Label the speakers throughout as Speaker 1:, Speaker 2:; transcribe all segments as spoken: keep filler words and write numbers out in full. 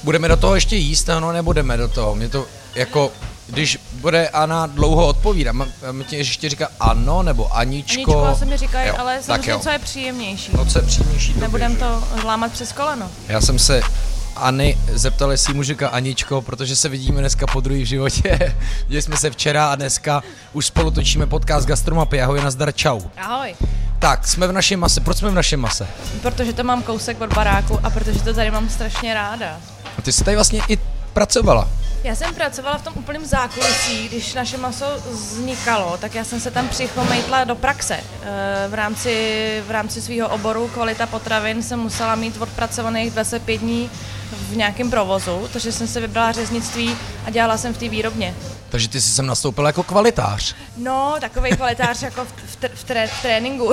Speaker 1: Budeme do toho ještě jíst, ano, nebudeme do toho. Mě to jako, když bude Anna dlouho odpovídat, mě tě ještě říká ano, nebo Aničko.
Speaker 2: Aničko se mi říkají, ale samozřejmě co je příjemnější.
Speaker 1: No, co je příjemnější.
Speaker 2: Nebudem to lámat přes koleno.
Speaker 1: Já jsem se Anny zeptal, jestli mu říká Aničko, protože se vidíme dneska po druhý v životě. Viděli jsme se včera a dneska už spolu točíme podcast Gastromapy. Ahoj, nazdar, čau.
Speaker 2: Ahoj.
Speaker 1: Tak, jsme v našem mase. Proč jsme v našem mase?
Speaker 2: Protože to mám kousek od baráku a protože to tady mám strašně ráda.
Speaker 1: A ty jsi tady vlastně i pracovala.
Speaker 2: Já jsem pracovala v tom úplném zákulisí, když naše maso vznikalo, tak já jsem se tam přichomejtla do praxe. V rámci, v rámci svého oboru kvalita potravin jsem musela mít odpracovaných dvacet pět dní v nějakém provozu, takže jsem se vybrala řeznictví a dělala jsem v té výrobně.
Speaker 1: Takže ty jsi sem nastoupila jako kvalitář.
Speaker 2: No, takovej kvalitář jako v, v, v, tré, v tréninku.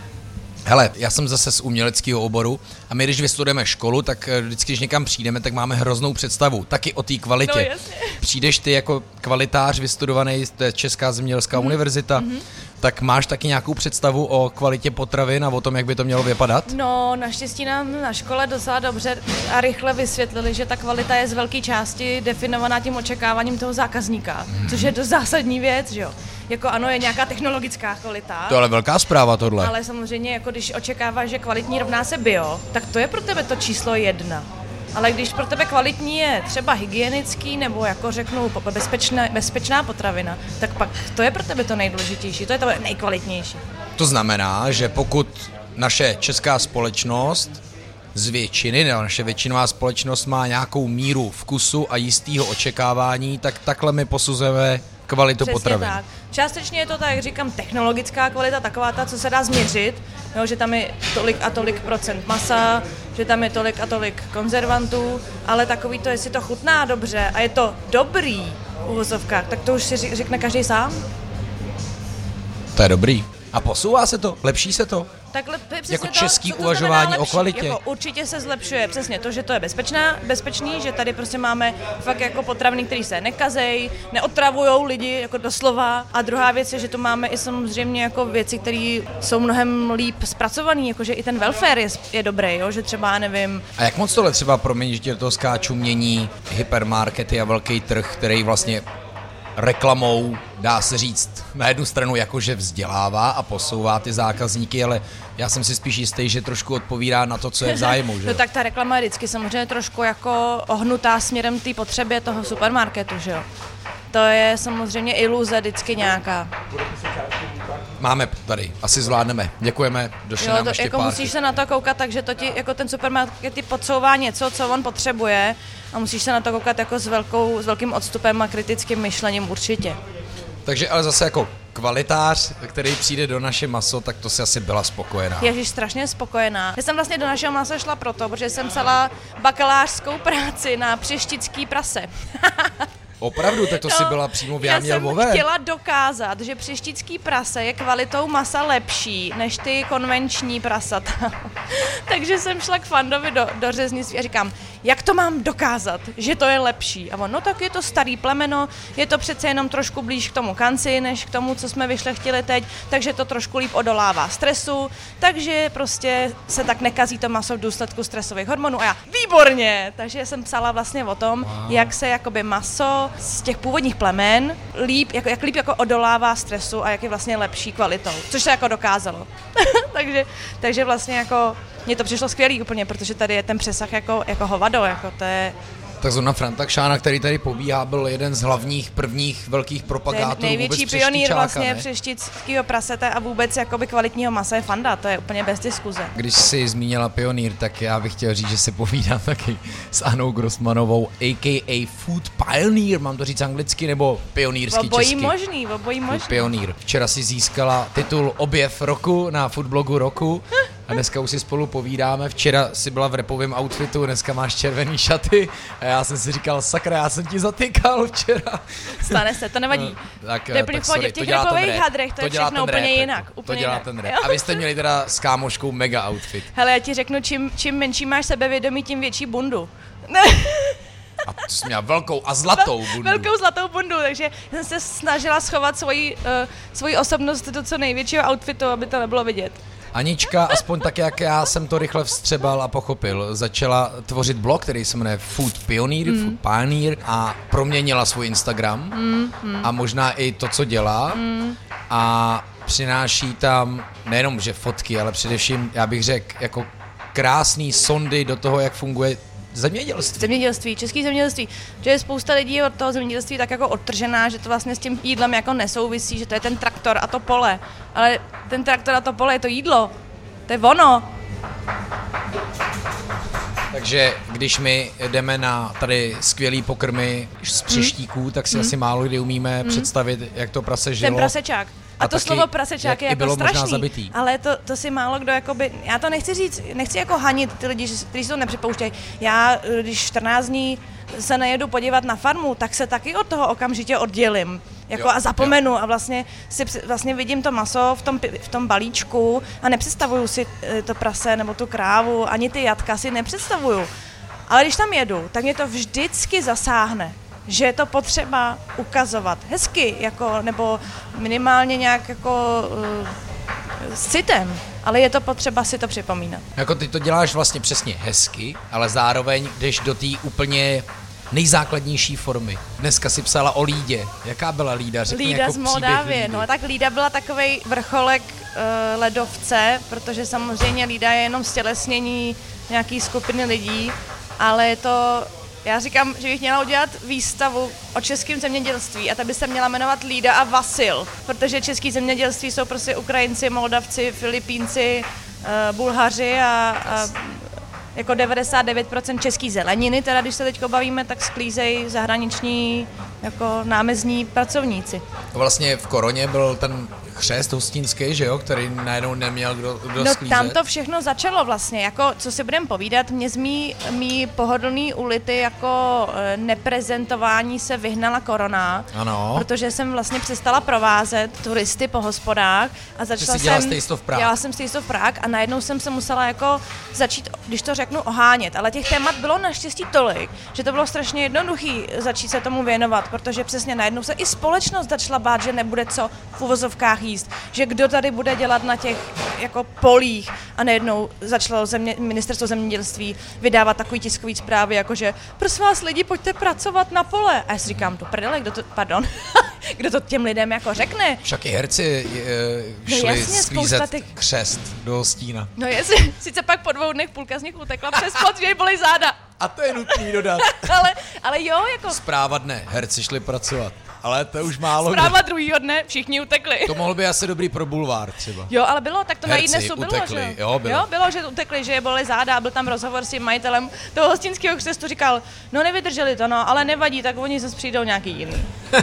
Speaker 1: Hele, já jsem zase z uměleckého oboru a my, když vystudujeme školu, tak vždycky, když někam přijdeme, tak máme hroznou představu, taky o té kvalitě.
Speaker 2: No, jasně.
Speaker 1: Přijdeš ty jako kvalitář vystudovaný, to je Česká zemědělská mm. univerzita, mm-hmm. tak máš taky nějakou představu o kvalitě potravin a o tom, jak by to mělo vypadat?
Speaker 2: No, naštěstí nám na škole docela dobře a rychle vysvětlili, že ta kvalita je z velké části definovaná tím očekáváním toho zákazníka, mm. což je dost zásadní věc, že jo. Jako ano, je nějaká technologická kvalita.
Speaker 1: To je ale velká zpráva tohle.
Speaker 2: Ale samozřejmě, jako když očekáváš, že kvalitní rovná se bio, tak to je pro tebe to číslo jedna. Ale když pro tebe kvalitní je třeba hygienický nebo jako řeknu bezpečná, bezpečná potravina, tak pak to je pro tebe to nejdůležitější, to je to nejkvalitnější.
Speaker 1: To znamená, že pokud naše česká společnost z většiny, nebo naše většinová společnost má nějakou míru vkusu a jistého očekávání, tak takhle my posuzujeme kvalitu
Speaker 2: Přesně
Speaker 1: potravin.
Speaker 2: Tak. Částečně je to tak, jak říkám, technologická kvalita, taková ta, co se dá změřit, jo, že tam je tolik a tolik procent masa, že tam je tolik a tolik konzervantů, ale takový to, jestli to chutná dobře a je to dobrý v uvozovkách, tak to už si řekne každý sám.
Speaker 1: To je dobrý. A posouvá se to? Lepší se to?
Speaker 2: Takhle, přesně
Speaker 1: jako
Speaker 2: to,
Speaker 1: český
Speaker 2: co to
Speaker 1: uvažování
Speaker 2: lepší,
Speaker 1: o kvalitě.
Speaker 2: Jako určitě se zlepšuje přesně to, že to je bezpečná, bezpečný, že tady prostě máme fakt jako potraviny, které se nekazej, neotravujou lidi jako doslova. A druhá věc je, že tu máme i samozřejmě jako věci, které jsou mnohem líp zpracované, jakože i ten welfare je, je dobrý, jo? Že třeba nevím.
Speaker 1: A jak moc tohle třeba, promiň, že tě do toho skáču, mění hypermarkety a velký trh, který vlastně reklamou, dá se říct, na jednu stranu jakože vzdělává a posouvá ty zákazníky, ale já jsem si spíš jistý, že trošku odpovídá na to, co je v zájmu, že?
Speaker 2: No tak ta reklama je vždycky samozřejmě trošku jako ohnutá směrem té potřebě toho supermarketu, že jo? To je samozřejmě iluze vždycky nějaká.
Speaker 1: Máme tady, asi zvládneme. Děkujeme, došli nám
Speaker 2: to,
Speaker 1: ještě
Speaker 2: jako
Speaker 1: pár.
Speaker 2: Musíš se na to koukat, takže to ti, jako ten supermarket ti podsouvá něco, co on potřebuje a musíš se na to koukat jako s, velkou, s velkým odstupem a kritickým myšlením určitě.
Speaker 1: Takže ale zase jako kvalitář, který přijde do naše maso, tak to si asi byla spokojená.
Speaker 2: Ježiš, strašně spokojená. Já jsem vlastně do našeho masa šla proto, protože jsem psala bakalářskou práci na přeštický prase.
Speaker 1: Opravdu, tak to
Speaker 2: no,
Speaker 1: si byla přímo v Jámě Lvové.
Speaker 2: Já jsem chtěla dokázat, že přeštický prase je kvalitou masa lepší než ty konvenční prasata. Takže jsem šla k Fandovi do, do řeznictví a říkám, jak to mám dokázat, že to je lepší. A on, no tak je to starý plemeno, je to přece jenom trošku blíž k tomu kanci, než k tomu, co jsme vyšlechtili teď, takže to trošku líp odolává stresu, takže prostě se tak nekazí to maso v důsledku stresových hormonů. A já, výborně! Takže jsem psala vlastně o tom, wow. jak se jakoby maso z těch původních plemen líp, jako, jak líp jako odolává stresu a jak je vlastně lepší kvalitou, což se jako dokázalo. takže, takže vlastně jako mně to přišlo skvělý úplně, protože tady je ten přesah jako, jako hovado, jako to je...
Speaker 1: Tak zrovna Franta Kšána, který tady pobíhá, byl jeden z hlavních prvních velkých propagátorů
Speaker 2: největší
Speaker 1: vůbec
Speaker 2: pionýr vlastně
Speaker 1: ne?
Speaker 2: přeštického prasete a vůbec jakoby kvalitního masa je Fanda, to je úplně bez diskuze.
Speaker 1: Když jsi zmínila pionýr, tak já bych chtěl říct, že si povídám taky s Anou Grossmanovou, a k a. Food Pioneer, mám to říct anglicky, nebo pionýrský
Speaker 2: obojí
Speaker 1: česky?
Speaker 2: možný, obojí možný.
Speaker 1: Food Pioneer. Včera si získala titul Objev roku na Foodblogu roku. A dneska už si spolu povídáme. Včera si byla v rapovém outfitu, dneska máš červený šaty a já jsem si říkal, sakra, já jsem ti zatykal včera.
Speaker 2: Stane se, to nevadí.
Speaker 1: No, tak,
Speaker 2: to je plný v chodě, v těch rapových hadrech, to, to je všechno úplně rap, jinak. Úplně
Speaker 1: to dělá
Speaker 2: jinak.
Speaker 1: ten rap. A vy jste měli teda s kámoškou mega outfit.
Speaker 2: Hele, já ti řeknu, čím, čím menší máš sebevědomí, tím větší bundu.
Speaker 1: A to jsi měla velkou a zlatou bundu.
Speaker 2: Velkou zlatou bundu, takže jsem se snažila schovat svoji, uh, svoji osobnost do co největšího outfitu, aby to nebylo vidět.
Speaker 1: Anička, aspoň tak, jak já jsem to rychle vstřebal a pochopil, začala tvořit blog, který se jmenuje Food Pioneer, mm. Food Pioneer a proměnila svůj Instagram mm, mm. a možná i to, co dělá mm. a přináší tam nejenom, že fotky, ale především, já bych řekl, jako krásný sondy do toho, jak funguje zemědělství.
Speaker 2: Zemědělství, český zemědělství. Že je spousta lidí od toho zemědělství tak jako odtržená, že to vlastně s tím jídlem jako nesouvisí, že to je ten traktor a to pole. Ale ten traktor a to pole je to jídlo. To je ono.
Speaker 1: Takže když my jdeme na tady skvělý pokrmy z Přeštíků, hmm. tak si hmm. asi málo kdy umíme hmm. představit, jak to prase žilo.
Speaker 2: Ten prasečák. A, a to slovo prasečák je jako strašný, ale to, to si málo kdo jakoby, já to nechci říct, nechci jako hanit ty lidi, kteří si to nepřipouštějí. Já, když čtrnáct dní se nejedu podívat na farmu, tak se taky od toho okamžitě oddělím. Jako jo, a zapomenu jo. a vlastně si vlastně vidím to maso v tom, v tom balíčku a nepředstavuju si to prase nebo tu krávu, ani ty jatka si nepředstavuju. Ale když tam jedu, tak mě to vždycky zasáhne, že je to potřeba ukazovat hezky, jako, nebo minimálně nějak jako uh, s citem, ale je to potřeba si to připomínat.
Speaker 1: Jako ty to děláš vlastně přesně hezky, ale zároveň jdeš do té úplně nejzákladnější formy. Dneska si psala o Lídě. Jaká byla Lída? Řekni
Speaker 2: Lída
Speaker 1: jako
Speaker 2: z Moldávie. No tak Lída byla takovej vrcholek uh, ledovce, protože samozřejmě Lída je jenom stělesnění nějaký skupiny lidí, ale je to, já říkám, že bych měla udělat výstavu o českém zemědělství a ta by se měla jmenovat Lída a Vasil, protože český zemědělství jsou prostě Ukrajinci, Moldavci, Filipínci, uh, Bulhaři a, a jako devadesát devět procent český zeleniny, teda když se teďko bavíme, tak sklízejí zahraniční jako námezní pracovníci.
Speaker 1: Vlastně v koroně byl ten křest hostínský, že jo, který najednou neměl kdo, kdo
Speaker 2: no,
Speaker 1: sklízet.
Speaker 2: Tam to všechno začalo vlastně, jako co si budeme povídat, mě z mý, mý pohodlný ulity jako neprezentování se vyhnala korona,
Speaker 1: ano.
Speaker 2: Protože jsem vlastně přestala provázet turisty po hospodách a začala
Speaker 1: jsem...
Speaker 2: Stay
Speaker 1: Stop Prague.
Speaker 2: Dělala jsem Stay Stop Prague a najednou jsem se musela jako začít, když to řeknu, ohánět, ale těch témat bylo naštěstí tolik, že to bylo strašně jednoduchý začít se tomu věnovat, protože přesně najednou se i společnost začala bát, že nebude co v uvozovkách jíst, že kdo tady bude dělat na těch jako polích a najednou začalo země, ministerstvo zemědělství vydávat takový tiskový zprávy, jakože prosím vás lidi, pojďte pracovat na pole. A já si říkám, to prdele, kdo to, pardon, kdo to těm lidem jako řekne?
Speaker 1: Však i herci e, šli no jasně, sklízet těch... křest do stína.
Speaker 2: No jasně, sice pak po dvou dnech půlka z nich utekla přes plot, že jí bolí záda.
Speaker 1: A to je nutný dodat.
Speaker 2: ale, ale jo, jako...
Speaker 1: Zpráva dne, herci šli pracovat. Ale to už málo.
Speaker 2: Zpráva druhýho dne, všichni utekli.
Speaker 1: To mohl by asi dobrý pro bulvár třeba.
Speaker 2: Jo, ale bylo, tak to
Speaker 1: Herci
Speaker 2: na Idnesu bylo,
Speaker 1: utekli.
Speaker 2: že?
Speaker 1: Jo, bylo.
Speaker 2: Jo, bylo, že utekli, že je bolely záda a byl tam rozhovor s tím majitelem toho hostinského křestu, říkal, no nevydrželi to, no, ale nevadí, tak oni zase přijdou nějaký jiný.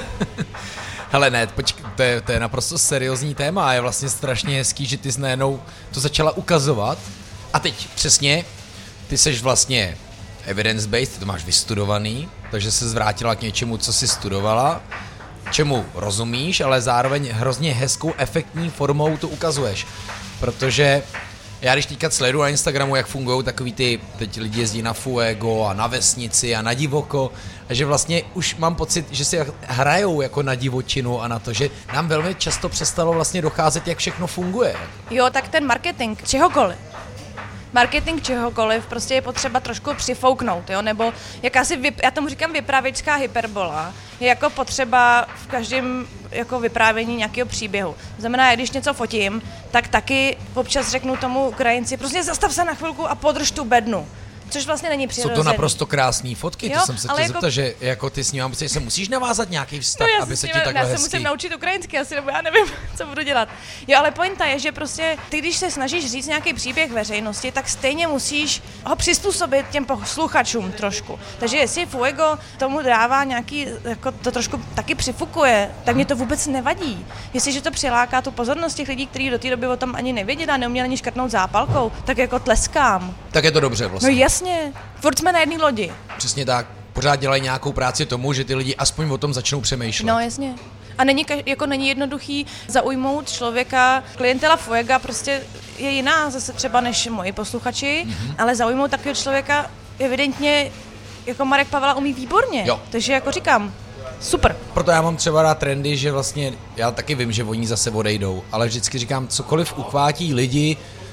Speaker 1: Hele ne, počkej, to je, to je naprosto seriózní téma a je vlastně strašně hezký, že ty jsi najednou to začala ukazovat a teď přesně, ty seš vlastně evidence-based, ty to máš vystudovaný, takže se zvrátila k něčemu, co jsi studovala, čemu rozumíš, ale zároveň hrozně hezkou, efektní formou to ukazuješ. Protože já když teďka sleduju na Instagramu, jak fungují takový ty, teď lidi jezdí na Fuego a na vesnici a na divoko, a že vlastně už mám pocit, že si hrajou jako na divočinu a na to, že nám velmi často přestalo vlastně docházet, jak všechno funguje.
Speaker 2: Jo, tak ten marketing, čehokoliv. Marketing čehokoliv prostě je potřeba trošku přifouknout, jo, nebo jakási, vyp- já tomu říkám vyprávěčská hyperbola, je jako potřeba v každém jako vyprávění nějakého příběhu. Znamená, když něco fotím, tak taky občas řeknu tomu Ukrajinci, prostě zastav se na chvilku a podrž tu bednu. Což vlastně není přirozený.
Speaker 1: Jsou to naprosto krásné fotky,
Speaker 2: jo,
Speaker 1: to jsem se chtěl
Speaker 2: jako...
Speaker 1: zeptat, že jako ty s ním myslím, že se musíš navázat nějaký vztah,
Speaker 2: no,
Speaker 1: aby se ti
Speaker 2: ním,
Speaker 1: takhle
Speaker 2: já
Speaker 1: hezky...
Speaker 2: Já se musím naučit ukrajinsky asi, nebo já nevím, co budu dělat. Jo, ale pointa je, že prostě ty, když se snažíš říct nějaký příběh veřejnosti, tak stejně musíš ho přizpůsobit těm posluchačům trošku. Takže jestli Fuego tomu dává nějaký, jako to trošku taky přifukuje, tak mě to vůbec nevadí. Jestliže to přiláká tu pozornost těch lidí, kteří do té doby o tom ani nevěděli a neuměli ani škrtnout zápalkou, tak jako tleskám.
Speaker 1: Tak je to dobře vlastně.
Speaker 2: No jasně. Furt jsme na jedné lodi.
Speaker 1: Přesně tak. Pořád dělají nějakou práci tomu, že ty lidi aspoň o tom začnou přemýšlet.
Speaker 2: No jasně. A není, jako není jednoduchý zaujmout člověka, klientela Fuega prostě je jiná zase třeba než moji posluchači, mm-hmm. ale zaujmout takového člověka evidentně jako Marek Pavela umí výborně.
Speaker 1: Jo.
Speaker 2: Takže jako říkám, super.
Speaker 1: Proto já mám třeba rád trendy, že vlastně, já taky vím, že oni zase odejdou, ale vždycky říkám, cokoliv uchvátí lidi,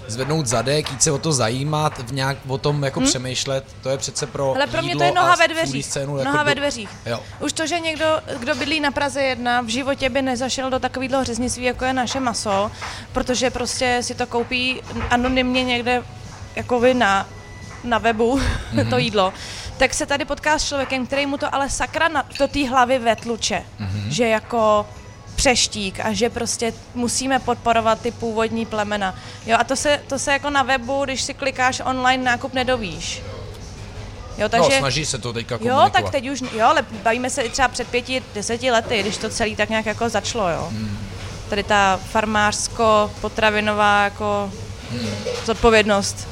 Speaker 1: zvednout zadek, jít se o to zajímat, v nějak o tom jako hmm. přemýšlet, to je přece pro
Speaker 2: Ale pro mě
Speaker 1: jídlo
Speaker 2: to je noha
Speaker 1: a
Speaker 2: ve dveřích.
Speaker 1: Scénu
Speaker 2: noha
Speaker 1: jako
Speaker 2: ve
Speaker 1: do...
Speaker 2: dveřích.
Speaker 1: Jo.
Speaker 2: Už to, že někdo, kdo bydlí na Praze jedna, v životě by nezašel do takového řeznictví, jako je naše maso, protože prostě si to koupí anonymně někde jako vy na, na webu, mm-hmm. to jídlo, tak se tady potká s člověkem, který mu to ale sakra na, do té hlavy vetluče, mm-hmm. že jako přeštík a že prostě musíme podporovat ty původní plemena. Jo, a to se, to se jako na webu, když si klikáš online nákup, nedovíš. Jo, takže,
Speaker 1: no, snaží se to teďka komunikovat.
Speaker 2: Jo, tak teď už, jo, ale bavíme se třeba před pěti, deseti lety, když to celý tak nějak jako začalo, jo. Hmm. Tady ta farmářsko-potravinová jako hmm. zodpovědnost.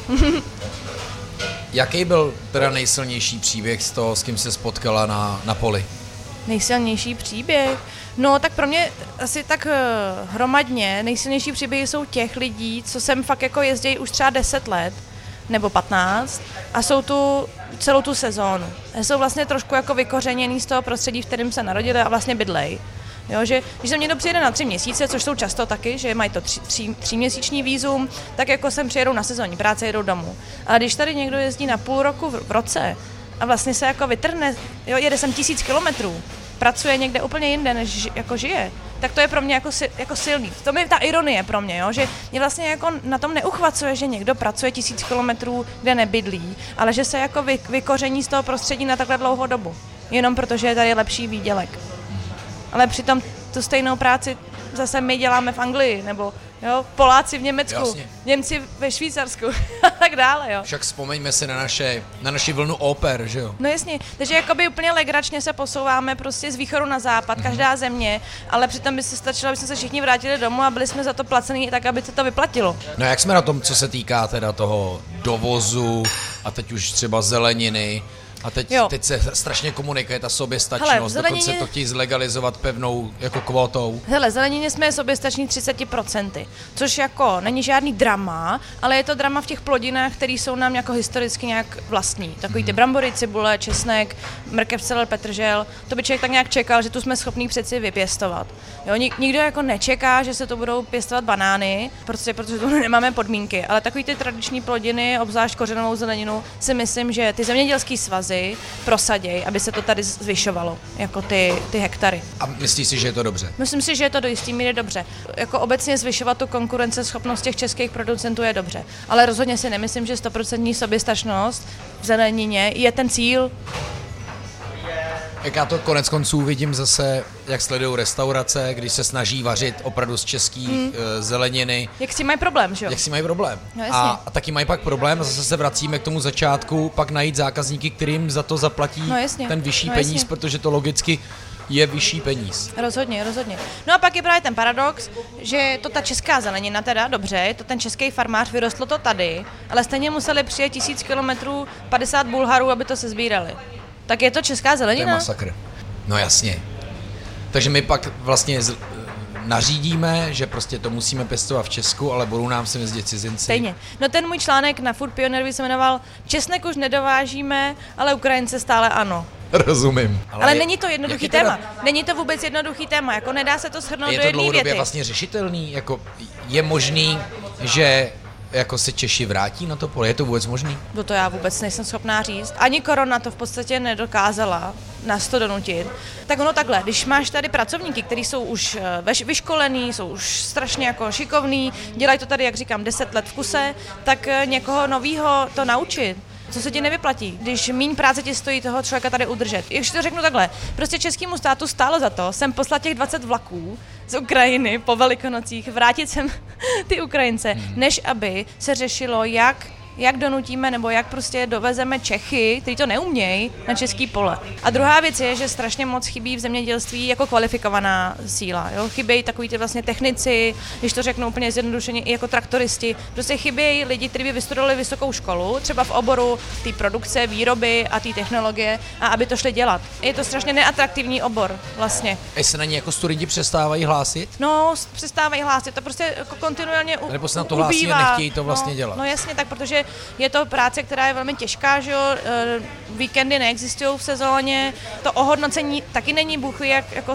Speaker 1: Jaký byl teda nejsilnější příběh z toho, s kým se spotkala na, na poli?
Speaker 2: Nejsilnější příběh? No, tak pro mě asi tak uh, hromadně nejsilnější příběhy jsou těch lidí, co sem fakt jako jezdí už třeba deset let, nebo patnáct a jsou tu celou tu sezónu. Jsou vlastně trošku jako vykořeněný z toho prostředí, v kterém se narodili a vlastně bydlej. Jo, že když sem někdo přijede na tři měsíce, což jsou často taky, že mají to tři, tři, tříměsíční vízum, tak jako sem přijedou na sezónní práce, jedou domů. Ale když tady někdo jezdí na půl roku v, v roce a vlastně se jako vytrhne, jo, jede sem tisíc kilometrů, pracuje někde úplně jinde, než jako žije, tak to je pro mě jako, jako silný. To je ta ironie pro mě, jo? Že mě vlastně jako na tom neuchvacuje, že někdo pracuje tisíc kilometrů, kde nebydlí, ale že se jako vy, vykoření z toho prostředí na takhle dlouhou dobu. Jenom protože je tady lepší výdělek. Ale přitom tu stejnou práci zase my děláme v Anglii, nebo jo, Poláci v Německu, jasně. Němci ve Švýcarsku a tak dále, jo.
Speaker 1: Však vzpomeňme si na naše, na naši vlnu oper, že jo?
Speaker 2: No jasně, takže jakoby úplně legračně se posouváme prostě z východu na západ, mm-hmm. každá země, ale přitom by se stačilo, aby jsme se všichni vrátili domů a byli jsme za to placení tak, aby se to vyplatilo.
Speaker 1: No jak jsme na tom, co se týká teda toho dovozu a teď už třeba zeleniny, a teď, teď se strašně komunikuje ta soběstačnost, Hele, zelenině... dokonce to chtějí zlegalizovat pevnou jako kvótou.
Speaker 2: Hele, zelenině jsme soběstační třicet procent, což jako není žádný drama, ale je to drama v těch plodinách, které jsou nám jako historicky nějak vlastní. Takový ty brambory, cibule, česnek, mrkev, celer, petržel, to by člověk tak nějak čekal, že tu jsme schopní přeci vypěstovat. Jo, nik- nikdo jako nečeká, že se to budou pěstovat banány, protože, protože tu nemáme podmínky, ale takový ty tradiční plodiny, obzvlášť kořenovou zeleninu, si myslím, že ty zemědělský svazy prosaděj, aby se to tady zvyšovalo, jako ty, ty hektary.
Speaker 1: A myslíš si, že je to dobře?
Speaker 2: Myslím si, že je to do jistý míry dobře. Jako obecně zvyšovat tu konkurenceschopnost těch českých producentů je dobře, ale rozhodně si nemyslím, že sto procent soběstačnost v zelenině je ten cíl.
Speaker 1: Jak já to konec konců vidím zase, jak sledují restaurace, když se snaží vařit opravdu z český hmm. zeleniny.
Speaker 2: Jak si mají problém, že jo?
Speaker 1: Jak si mají problém.
Speaker 2: No,
Speaker 1: a, a taky mají pak problém, zase se vracíme k tomu začátku, pak najít zákazníky, kterým za to zaplatí
Speaker 2: no,
Speaker 1: ten vyšší
Speaker 2: no,
Speaker 1: peníz,
Speaker 2: jasně.
Speaker 1: protože to logicky je vyšší peníz.
Speaker 2: Rozhodně, rozhodně. No a pak je právě ten paradox, že to ta česká zelenina teda, dobře, je to ten český farmář, vyrostlo to tady, ale stejně museli přijet tisíc kilometrů, padesát Bulharů, aby to se sbírali. Tak je to česká zelenina?
Speaker 1: To je masakr. No jasně. Takže my pak vlastně z, nařídíme, že prostě to musíme pěstovat v Česku, ale budou nám sem jezdit cizinci.
Speaker 2: Stejně. No ten můj článek na Food Pioneer se jmenoval Česnek už nedovážíme, ale Ukrajince stále ano.
Speaker 1: Rozumím.
Speaker 2: Ale, ale je, není to jednoduchý téma. Teda... Není to vůbec jednoduchý téma, jako nedá se to shrnout do jedné věty.
Speaker 1: Je to dlouhodobě vlastně řešitelný, jako je možný, že jako se Češi vrátí na to pole, je to vůbec možný?
Speaker 2: No to já vůbec nejsem schopná říct. Ani korona to v podstatě nedokázala nás to donutit. Tak ono takhle, když máš tady pracovníky, kteří jsou už vyškolení, jsou už strašně jako šikovní, dělají to tady, jak říkám, deset let v kuse, tak někoho novýho to naučit. Co se ti nevyplatí, když míň práce ti stojí toho člověka tady udržet. Ještě to řeknu takhle, prostě českému státu stálo za to sem poslat těch dvacet vlaků z Ukrajiny po Velikonocích, vrátit sem ty Ukrajince, než aby se řešilo, jak jak donutíme nebo jak prostě dovezeme Čechy, kteří to neumějí, na český pole. A druhá věc je, že strašně moc chybí v zemědělství jako kvalifikovaná síla. Jo? Chybějí takový ty vlastně technici, když to řeknu úplně zjednodušeně, i jako traktoristi. Prostě chybějí lidi, kteří by vystudovali vysokou školu, třeba v oboru té produkce, výroby a té technologie, a aby to šli dělat. Je to strašně neatraktivní obor vlastně.
Speaker 1: A se na ně jako studenti přestávají hlásit?
Speaker 2: No, přestávají hlásit, to prostě jako kontinuálně u,
Speaker 1: nebo se na to hlásí a nechtějí to vlastně
Speaker 2: no,
Speaker 1: dělat.
Speaker 2: No jasně, tak protože je to práce, která je velmi těžká, že jo, víkendy neexistují v sezóně, to ohodnocení taky není bůh ví, jak jako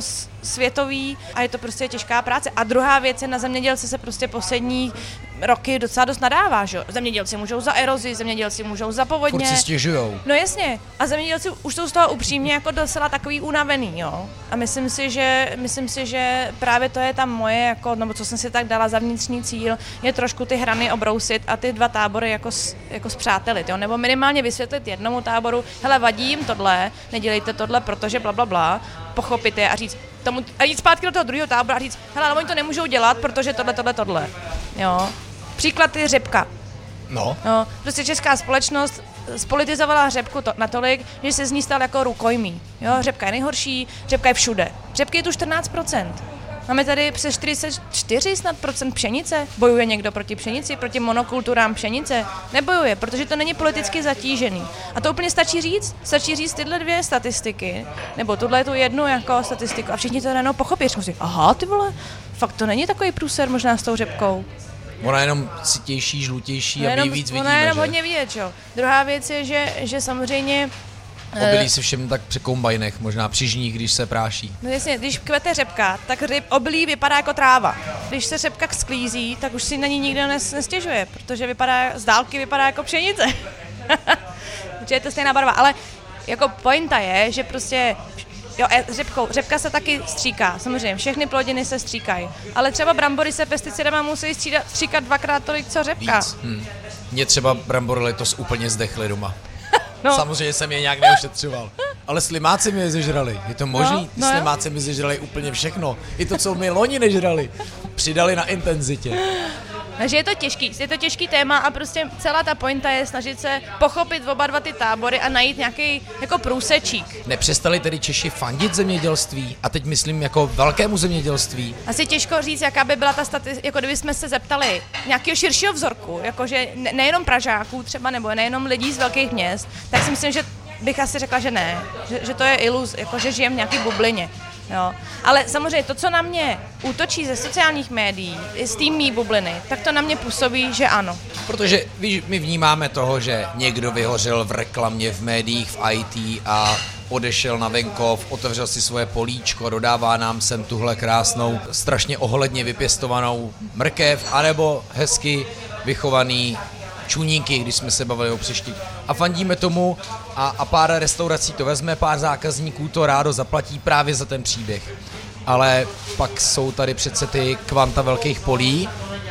Speaker 2: světový a je to prostě těžká práce. A druhá věc je, na zemědělce se prostě poslední roky docela dost nadává, že jo. Zemědělci můžou za erozi, zemědělci můžou za povodně.
Speaker 1: Furt si stěžujou.
Speaker 2: No jasně. A zemědělci už jsou z toho upřímně jako docela takový unavený, jo. A myslím si, že myslím si, že právě to je tam moje jako, nebo co jsem si tak dala za vnitřní cíl, je trošku ty hrany obrousit a ty dva tábory jako jako spřátelit, jo, nebo minimálně vysvětlit jednomu táboru, hele, vadí jim tohle, nedělejte tohle, protože bla bla bla, pochopit je a říct tomu, a jít zpátky do toho druhého tábora a říct, hele, ale oni to nemůžou dělat, protože tohle, tohle, tohle, jo. Příklad je řepka.
Speaker 1: No.
Speaker 2: No, prostě česká společnost spolitizovala řepku to, natolik, že se z ní stal jako rukojmí. Jo, řepka je nejhorší, řepka je všude. Řepky je tu čtrnáct procent. Máme tady přes čtyřicet čtyři snad procent pšenice. Bojuje někdo proti pšenici, proti monokulturám pšenice? Nebojuje, protože to není politicky zatížený. A to úplně stačí říct. Stačí říct tyhle dvě statistiky, nebo tuhle tu jednu jako statistiku. A všichni to najednou pochopí. Řeknou si, aha, ty vole, fakt to není takový průser možná s tou řepkou.
Speaker 1: Ona je jenom citější, žlutější a my víc vidíme,
Speaker 2: ona je jenom
Speaker 1: že?
Speaker 2: hodně vidět, jo. Druhá věc je, že, že samozřejmě
Speaker 1: obilí se všem tak při kombajnech, možná při žních, když se práší.
Speaker 2: No jasně, když kvete řepka, tak ryb, obilí vypadá jako tráva. Když se řepka sklízí, tak už si na ní nikdo nes, nestěžuje, protože vypadá, z dálky vypadá jako pšenice. Protože je to stejná barva, ale jako pointa je, že prostě jo, řepkou, řepka se taky stříká, samozřejmě, všechny plodiny se stříkají, ale třeba brambory se pesticidama musí střídat, stříkat dvakrát tolik, co řepka.
Speaker 1: Víc. Hm. Mě třeba brambory letos úplně zdechly doma.
Speaker 2: No.
Speaker 1: Samozřejmě jsem je nějak neušetřoval. Ale slimáci mi je zežrali. Je to možný?
Speaker 2: No, no
Speaker 1: slimáci mi zežrali úplně všechno. I to, co my loni nežrali. Přidali na intenzitě.
Speaker 2: Takže je to těžký, je to těžký téma a prostě celá ta pointa je snažit se pochopit oba dva ty tábory a najít nějaký jako průsečík.
Speaker 1: Nepřestali tedy Češi fandit zemědělství? A teď myslím jako velkému zemědělství.
Speaker 2: Asi těžko říct, jaká by byla ta statistika, jako kdybychom se zeptali nějakého širšího vzorku, jakože ne, nejenom Pražáků třeba, nebo nejenom lidí z velkých měst, tak si myslím, že bych asi řekla, že ne, že, že to je iluz, jakože žijeme v nějaké bublině. Jo. Ale samozřejmě to, co na mě útočí ze sociálních médií, z té mý bubliny, tak to na mě působí, že ano.
Speaker 1: Protože víš, my vnímáme toho, že někdo vyhořel v reklamě, v médiích, v í té a odešel na venkov, otevřel si svoje políčko, dodává nám sem tuhle krásnou, strašně ohledně vypěstovanou mrkev, anebo hezky vychovaný čuníky, když jsme se bavili o Přešti. A fandíme tomu a, a pár restaurací to vezme, pár zákazníků to rádo zaplatí právě za ten příběh. Ale pak jsou tady přece ty kvanta velkých polí,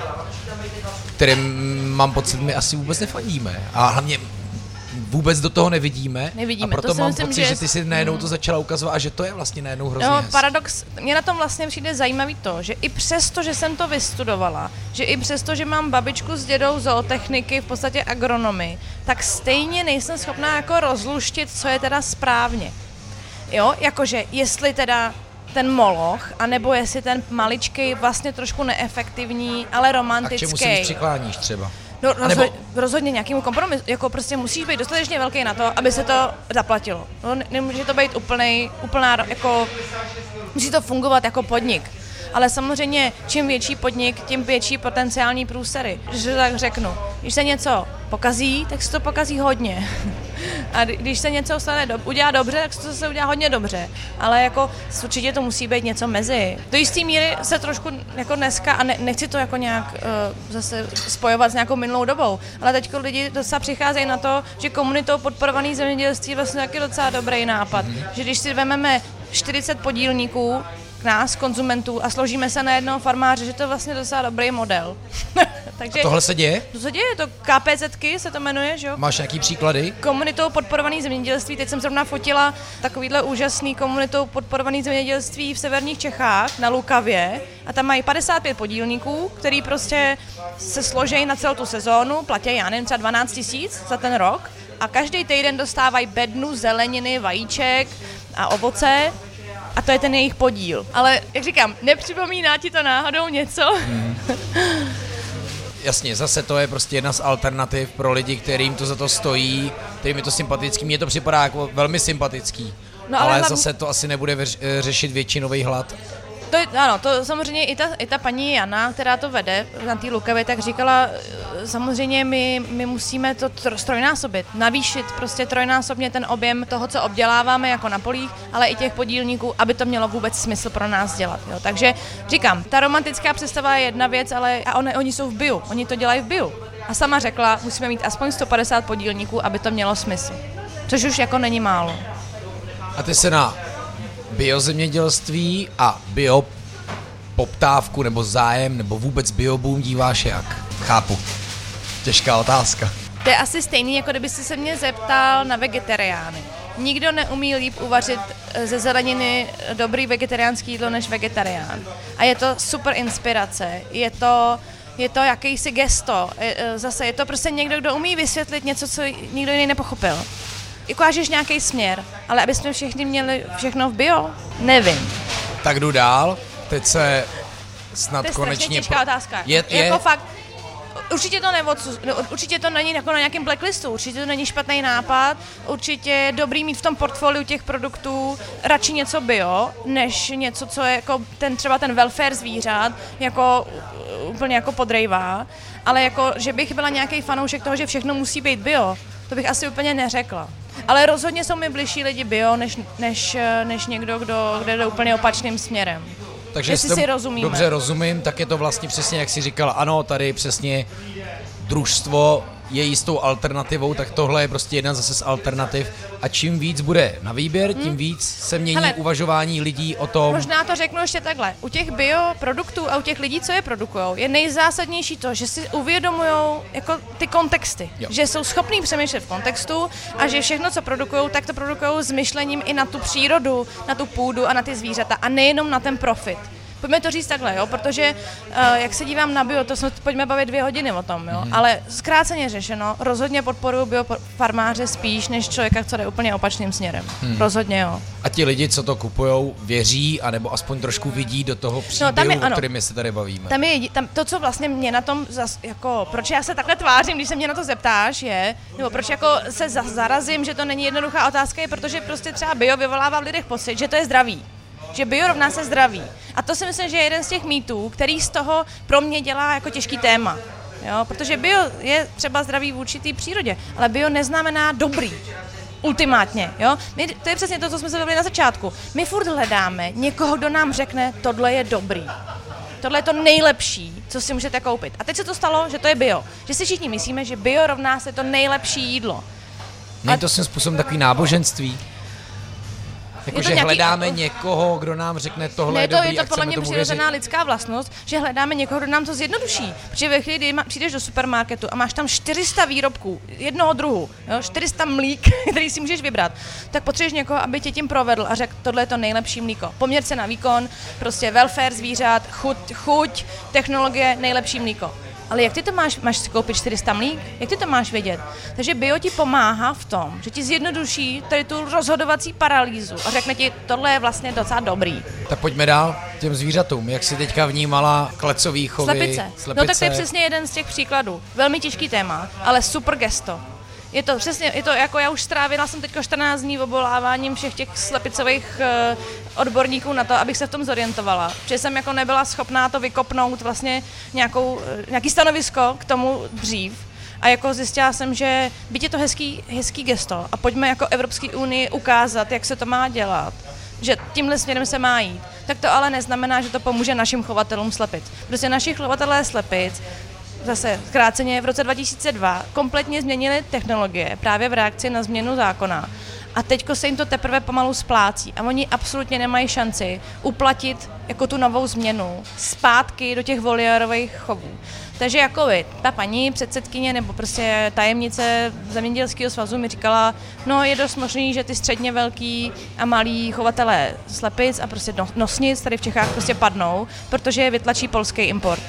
Speaker 1: kterým mám pocit, my asi vůbec nefandíme. A hlavně vůbec do toho nevidíme.
Speaker 2: Nevidíme.
Speaker 1: A proto
Speaker 2: to
Speaker 1: mám
Speaker 2: myslím,
Speaker 1: pocit, že, že ty si najednou to začala ukazovat a že to je vlastně najednou hrozně
Speaker 2: No,
Speaker 1: hezky.
Speaker 2: paradox, mě na tom vlastně přijde zajímavý to, že i přesto, že jsem to vystudovala, že i přesto, že mám babičku s dědou zootechniky, v podstatě agronomy, tak stejně nejsem schopná jako rozluštit, co je teda správně. Jo, jakože jestli teda ten moloch, anebo jestli ten maličkej, vlastně trošku neefektivní, ale romantický.
Speaker 1: A k čemu se víc přikláníš třeba?
Speaker 2: No rozho-
Speaker 1: nebo...
Speaker 2: rozhodně nějakému kompromisu, jako prostě musíš být dostatečně velký na to, aby se to zaplatilo. No, ne- nemůže to být úplnej, úplná, jako, musí to fungovat jako podnik. Ale samozřejmě, čím větší podnik, tím větší potenciální průsery. Že tak řeknu, když se něco pokazí, tak se to pokazí hodně. A když se něco stane do, udělá dobře, tak se to se udělá hodně dobře. Ale jako určitě to musí být něco mezi. Do jistý míry se trošku jako dneska, a ne, nechci to jako nějak uh, zase spojovat s nějakou minulou dobou, ale teď lidi docela přicházejí na to, že komunitou podporovaný zemědělství je vlastně taky docela dobrý nápad. Mm-hmm. Že když si vezmeme čtyřicet podílníků, nás, konzumentů, a složíme se na jednoho farmáře, že to je vlastně docela dobrý model. Takže
Speaker 1: a tohle se děje?
Speaker 2: To se děje, to ká pé zetky se to jmenuje, že jo?
Speaker 1: Máš nějaký příklady?
Speaker 2: Komunitou podporovaný zemědělství, teď jsem zrovna fotila takovýhle úžasný komunitou podporovaný zemědělství v severních Čechách na Lukavě a tam mají padesát pět podílníků, který prostě se složejí na celou tu sezónu, platí, já nevím, třeba dvanáct tisíc za ten rok a každý týden dostávají bednu zeleniny, vajíček a ovoce. A to je ten jejich podíl. Ale, jak říkám, nepřipomíná ti to náhodou něco? Hmm.
Speaker 1: Jasně, zase to je prostě jedna z alternativ pro lidi, kterým to za to stojí, kterým je to sympatický. Mně to připadá jako velmi sympatický, no, ale, ale hlavně... zase to asi nebude vyř- řešit většinový hlad.
Speaker 2: To je, ano, to samozřejmě i ta, i ta paní Jana, která to vede na té Lukavě, tak říkala, samozřejmě my, my musíme to trojnásobit, navýšit prostě trojnásobně ten objem toho, co obděláváme jako na polích, ale i těch podílníků, aby to mělo vůbec smysl pro nás dělat. Jo. Takže říkám, ta romantická představa je jedna věc, ale a oni, oni jsou v bio, oni to dělají v bio. A sama řekla, musíme mít aspoň sto padesát podílníků, aby to mělo smysl. Což už jako není málo.
Speaker 1: A ty se na biozemědělství a bio poptávku nebo zájem nebo vůbec bioboom díváš jak? Chápu. Těžká otázka.
Speaker 2: To je asi stejný, jako kdyby se mě zeptal na vegetariány. Nikdo neumí líp uvařit ze zeleniny dobrý vegetariánský jídlo než vegetarián. A je to super inspirace. Je to, je to jakýsi gesto. Zase je to prostě někdo, kdo umí vysvětlit něco, co nikdo jiný nepochopil. Ukážeš nějaký směr, ale aby jsme všichni měli všechno v bio? Nevím.
Speaker 1: Tak jdu dál. Teď se snad
Speaker 2: to je
Speaker 1: konečně...
Speaker 2: těžká
Speaker 1: pro...
Speaker 2: otázka.
Speaker 1: Je, je...
Speaker 2: Jako fakt, určitě to neodsu... určitě to není jako na nějakém blacklistu, určitě to není špatný nápad, určitě je dobrý mít v tom portfoliu těch produktů radši něco bio, než něco, co je jako ten třeba ten welfare zvířat, jako úplně jako podrejvá, ale jako, že bych byla nějaký fanoušek toho, že všechno musí být bio, to bych asi úplně neřekla. Ale rozhodně jsou mi bližší lidi bio, než, než, než někdo, kdo, kdo jde úplně opačným směrem.
Speaker 1: Takže
Speaker 2: jestli si rozumíme.
Speaker 1: Dobře rozumím, tak je to vlastně přesně, jak jsi říkala, ano, tady přesně družstvo je jistou alternativou, tak tohle je prostě jedna zase z alternativ a čím víc bude na výběr, tím hmm. víc se mění Hele, uvažování lidí o tom.
Speaker 2: Možná to řeknu ještě takhle, u těch bioproduktů a u těch lidí, co je produkujou, je nejzásadnější to, že si uvědomujou jako ty kontexty, jo. Že jsou schopní přemýšlet v kontextu a že všechno, co produkujou, tak to produkujou s myšlením i na tu přírodu, na tu půdu a na ty zvířata a nejenom na ten profit. Pojďme to říct takhle, jo, protože uh, jak se dívám na bio, to jsme pojďme bavit dvě hodiny o tom, jo, mm. ale zkráceně řešeno, rozhodně podporuju biofarmáře spíš, než člověka, co jde úplně opačným směrem. Mm. Rozhodně jo.
Speaker 1: A ti lidi, co to kupujou, věří, anebo aspoň trošku vidí do toho příběhu, no, je, o kterém se tady bavíme.
Speaker 2: Tam je tam, to, co vlastně mě na tom, zas, jako, proč já se takhle tvářím, když se mě na to zeptáš, je, nebo proč jako se za, zarazím, že to není jednoduchá otázka, je, protože prostě třeba bio vyvolává v lidech pocit, že to je zdravý. Že bio rovná se zdraví. A to si myslím, že je jeden z těch mýtů, který z toho pro mě dělá jako těžký téma. Jo? Protože bio je třeba zdravý v určitý přírodě, ale bio neznamená dobrý. Ultimátně. Jo? My, to je přesně to, co jsme se bavili na začátku. My furt hledáme někoho, kdo nám řekne, tohle je dobrý. Tohle je to nejlepší, co si můžete koupit. A teď se to stalo, že to je bio. Že si všichni myslíme, že bio rovná se to nejlepší jídlo.
Speaker 1: Není to svým způsobem takový náboženství? Jakože hledáme někoho, kdo nám řekne tohle
Speaker 2: ne,
Speaker 1: je
Speaker 2: to,
Speaker 1: dobrý
Speaker 2: je to
Speaker 1: a
Speaker 2: podle mě přirozená lidská vlastnost, že hledáme někoho, kdo nám to zjednoduší. Protože ve chvíli, kdy přijdeš do supermarketu a máš tam čtyři sta výrobků jednoho druhu, jo, čtyři sta mlík, který si můžeš vybrat, tak potřebuješ někoho, aby tě tím provedl a řekl, tohle je to nejlepší mlíko. Poměr cena výkon, prostě welfare zvířat, chuť, chuť, technologie, nejlepší mlíko. Ale jak ty to máš, máš si koupit čtyři sta mlík? Jak ty to máš vědět? Takže bio ti pomáhá v tom, že ti zjednoduší tady tu rozhodovací paralýzu a řekne ti, tohle je vlastně docela dobrý.
Speaker 1: Tak pojďme dál těm zvířatům. Jak jsi teďka vnímala klecový chovy,
Speaker 2: slepice.
Speaker 1: slepice?
Speaker 2: No tak to je přesně jeden z těch příkladů. Velmi těžký téma, ale super gesto. Je to přesně, je to jako já už strávila jsem teďko čtrnáct dní oboláváním všech těch slepicových uh, odborníků na to, abych se v tom zorientovala. Protože jsem jako nebyla schopná to vykopnout vlastně nějakou, uh, nějaký stanovisko k tomu dřív. A jako zjistila jsem, že byť je to hezký, hezký gesto a pojďme jako Evropské unii ukázat, jak se to má dělat, že tímhle směrem se má jít, tak to ale neznamená, že to pomůže našim chovatelům slepic. Prostě naši chovatelé slepic zase zkráceně v roce dva tisíce dva kompletně změnili technologie právě v reakci na změnu zákona. A teďko se jim to teprve pomalu splácí a oni absolutně nemají šanci uplatit jako tu novou změnu zpátky do těch voliérových chovů. Takže jako vy, ta paní předsedkyně nebo prostě tajemnice Zemědělského svazu mi říkala, no je dost možný, že ty středně velký a malí chovatelé slepic a prostě nosnic tady v Čechách prostě padnou, protože je vytlačí polský import.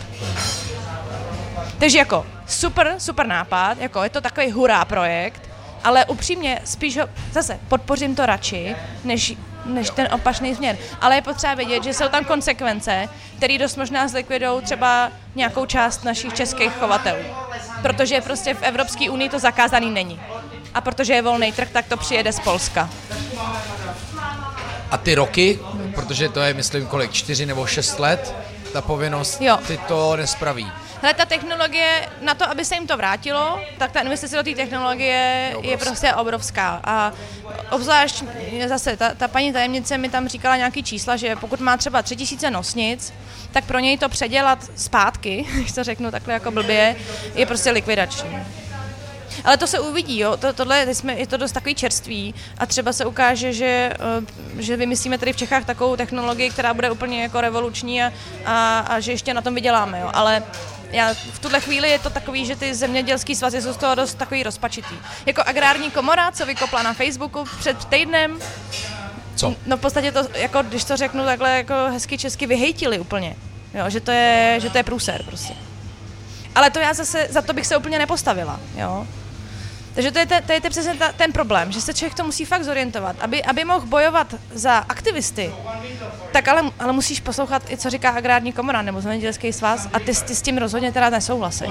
Speaker 2: Takže jako super, super nápad, jako je to takový hurá projekt, ale upřímně spíš ho, zase podpořím to radši, než, než ten opačný směr. Ale je potřeba vědět, že jsou tam konsekvence, které dost možná zlikvidou třeba nějakou část našich českých chovatelů. Protože prostě v Evropské unii to zakázaný není. A protože je volný trh, tak to přijede z Polska.
Speaker 1: A ty roky, protože to je, myslím, kolik, čtyři nebo šest let, ta povinnost,
Speaker 2: jo.
Speaker 1: ty to nespraví.
Speaker 2: Hele, ta technologie, na to, aby se jim to vrátilo, tak ta investice do té technologie je, je prostě obrovská. A obzvlášť zase, ta, ta paní tajemnice mi tam říkala nějaký čísla, že pokud má třeba tři tisíce nosnic, tak pro něj to předělat zpátky, když to řeknu takhle jako blbě, je prostě likvidační. Ale to se uvidí, jo. To, tohle jsme, je to dost takový čerství a třeba se ukáže, že, že vymyslíme tady v Čechách takovou technologii, která bude úplně jako revoluční a, a, a že ještě na tom vyděláme, jo. Ale já, v tuhle chvíli je to takový, že ty zemědělský svazy jsou z toho dost takový rozpačitý. Jako agrární komora, co vykopla na Facebooku před týdnem.
Speaker 1: Co?
Speaker 2: No v podstatě to, jako, když to řeknu takhle jako hezky česky, vyhejtili úplně. Jo, že to je, že to je průser prostě. Ale to já zase, za to bych se úplně nepostavila, jo. Takže to je, te, to je te přesně ta, ten problém, že se člověk to musí fakt zorientovat. Aby, aby mohl bojovat za aktivisty, tak ale, ale musíš poslouchat i co říká agrární komora nebo zemědělský svaz a ty, ty s tím rozhodně teda nesouhlasí.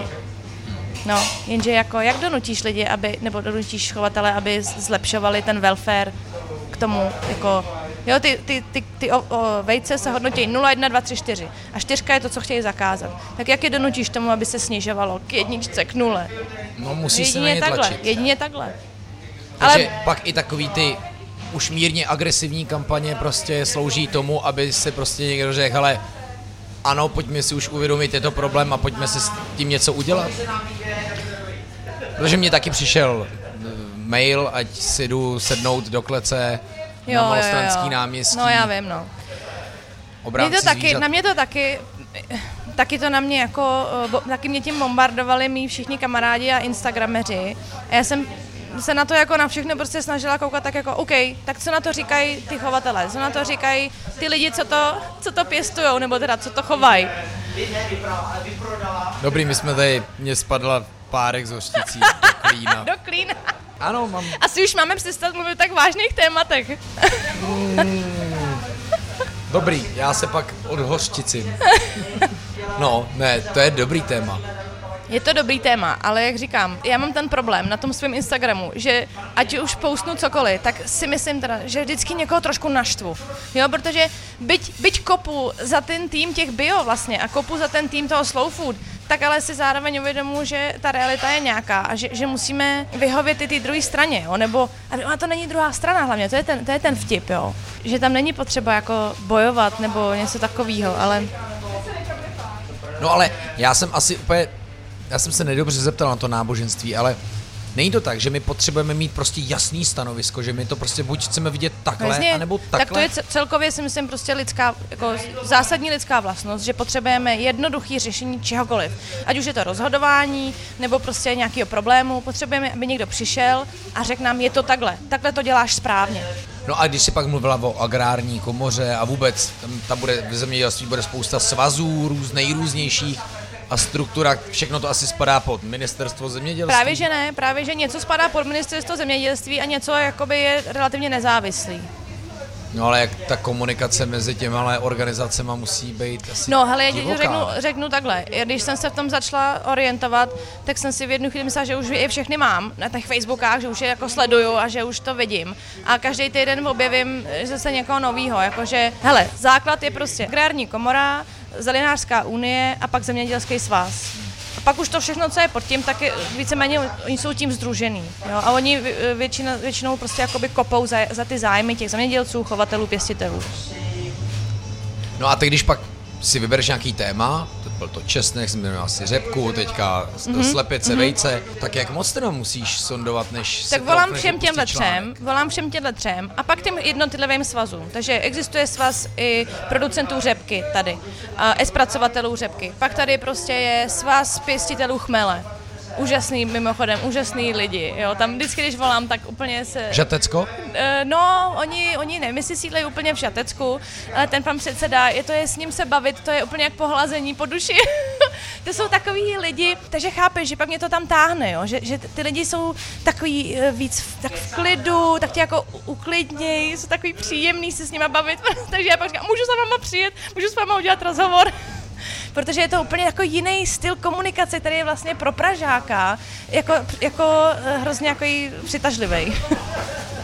Speaker 2: No, jenže jako, jak donutíš lidi, aby, nebo donutíš chovatele, aby zlepšovali ten welfare k tomu, jako, jo, ty, ty, ty, ty o, o, vejce se hodnotí nula, jedna, dva, tři, čtyři a čtyřka je to, co chtějí zakázat. Tak jak je donutíš tomu, aby se snižovalo k jedničce, k nule?
Speaker 1: No musí
Speaker 2: jedině
Speaker 1: se na ně
Speaker 2: takhle,
Speaker 1: tlačit.
Speaker 2: Jedině takhle.
Speaker 1: Takže
Speaker 2: Ale
Speaker 1: pak i takový ty už mírně agresivní kampaně prostě slouží tomu, aby se prostě někdo řekl, hele, ano, pojďme si už uvědomit, je to problém a pojďme si s tím něco udělat. Protože mě taky přišel mail, ať si jdu sednout do klece
Speaker 2: jo,
Speaker 1: na Malostranský
Speaker 2: jo, jo.
Speaker 1: náměstí.
Speaker 2: No já vím, no. Mě to taky, na mě to taky, taky to na mě jako, bo, taky mě tím bombardovali mý všichni kamarádi a instagrameři. A já jsem se na to jako na všechno prostě snažila koukat tak jako OK, tak co na to říkají ty chovatelé, co na to říkají ty lidi, co to, co to pěstujou, nebo teda co to chovají.
Speaker 1: Dobrý, my jsme tady, mě spadla párek z hořticí do klína.
Speaker 2: Do klína.
Speaker 1: Ano, mám.
Speaker 2: Asi už máme přestat mluvit o tak vážných tématech.
Speaker 1: Mm, dobrý, já se pak odhořčicím. No, ne, to je dobrý téma.
Speaker 2: Je to dobrý téma, ale jak říkám, já mám ten problém na tom svém Instagramu, že ať už postnu cokoliv, tak si myslím teda, že vždycky někoho trošku naštvu. Jo, protože byť, byť kopu za ten tým těch bio vlastně a kopu za ten tým toho slow food, tak ale si zároveň uvědomuji, že ta realita je nějaká a že, že musíme vyhovět i té druhé straně, jo, nebo, a to není druhá strana hlavně, to je ten, to je ten vtip, jo, že tam není potřeba jako bojovat nebo něco takového, ale...
Speaker 1: No ale já jsem asi úplně, já jsem se nedobře zeptal na to náboženství, ale není to tak, že my potřebujeme mít prostě jasný stanovisko, že my to prostě buď chceme vidět takhle,
Speaker 2: Vlastně,
Speaker 1: anebo takhle.
Speaker 2: Tak to je celkově si myslím prostě lidská, jako zásadní lidská vlastnost, že potřebujeme jednoduché řešení čehokoliv. Ať už je to rozhodování, nebo prostě nějakého problému, potřebujeme, aby někdo přišel a řekl nám, je to takhle, takhle to děláš správně.
Speaker 1: No a když si pak mluvila o agrární komoře a vůbec, tam, tam bude v zemědělství bude spousta svazů, růz, nejrůznějších, a struktura, všechno to asi spadá pod ministerstvo zemědělství?
Speaker 2: Právě že ne, právě že něco spadá pod ministerstvo zemědělství a něco jakoby je relativně nezávislý.
Speaker 1: No ale jak ta komunikace mezi těma organizacemi musí být asi
Speaker 2: No hele, já ti
Speaker 1: divoká.
Speaker 2: řeknu, řeknu takhle, když jsem se v tom začala orientovat, tak jsem si v jednu chvíli myslela, že už je všechny mám na těch Facebookách, že už je jako sleduju a že už to vidím. A každý týden objevím zase někoho novýho, jakože, hele, základ je prostě agrární komora, Zelenářská unie a pak zemědělský svaz. A pak už to všechno, co je pod tím, tak je víceméně oni jsou tím sdružený. Jo? A oni většina, většinou prostě jakoby kopou za, za ty zájmy těch zemědělců, chovatelů, pěstitelů.
Speaker 1: No a teď, když pak si vybereš nějaký téma, to byl to česnek, jsem měl asi řepku, teďka mm-hmm. slepice, mm-hmm. vejce, tak jak moc teda musíš sondovat, než
Speaker 2: tak volám všem těmhle třem, volám všem těmhle třem a pak těm jednotlivým svazům. Takže existuje svaz i producentů řepky tady, a zpracovatelů řepky. Pak tady prostě je svaz pěstitelů chmele. Úžasný, mimochodem, úžasný lidi, jo, tam vždycky, když volám, tak úplně se...
Speaker 1: Žatecko?
Speaker 2: No, oni, oni nevím, jestli sídlejí úplně v Žatecku, ale ten pan předseda, je to je s ním se bavit, to je úplně jak pohlazení po duši. To jsou takový lidi, takže chápeš, že pak mě to tam táhne, jo, že, že ty lidi jsou takový víc tak v klidu, tak tě jako uklidněj, jsou takový příjemný se s nima bavit, takže já pak říkám, můžu za váma přijet, můžu s váma udělat rozhovor. Protože je to úplně jako jiný styl komunikace, který je vlastně pro Pražáka jako, jako hrozně jako přitažlivý.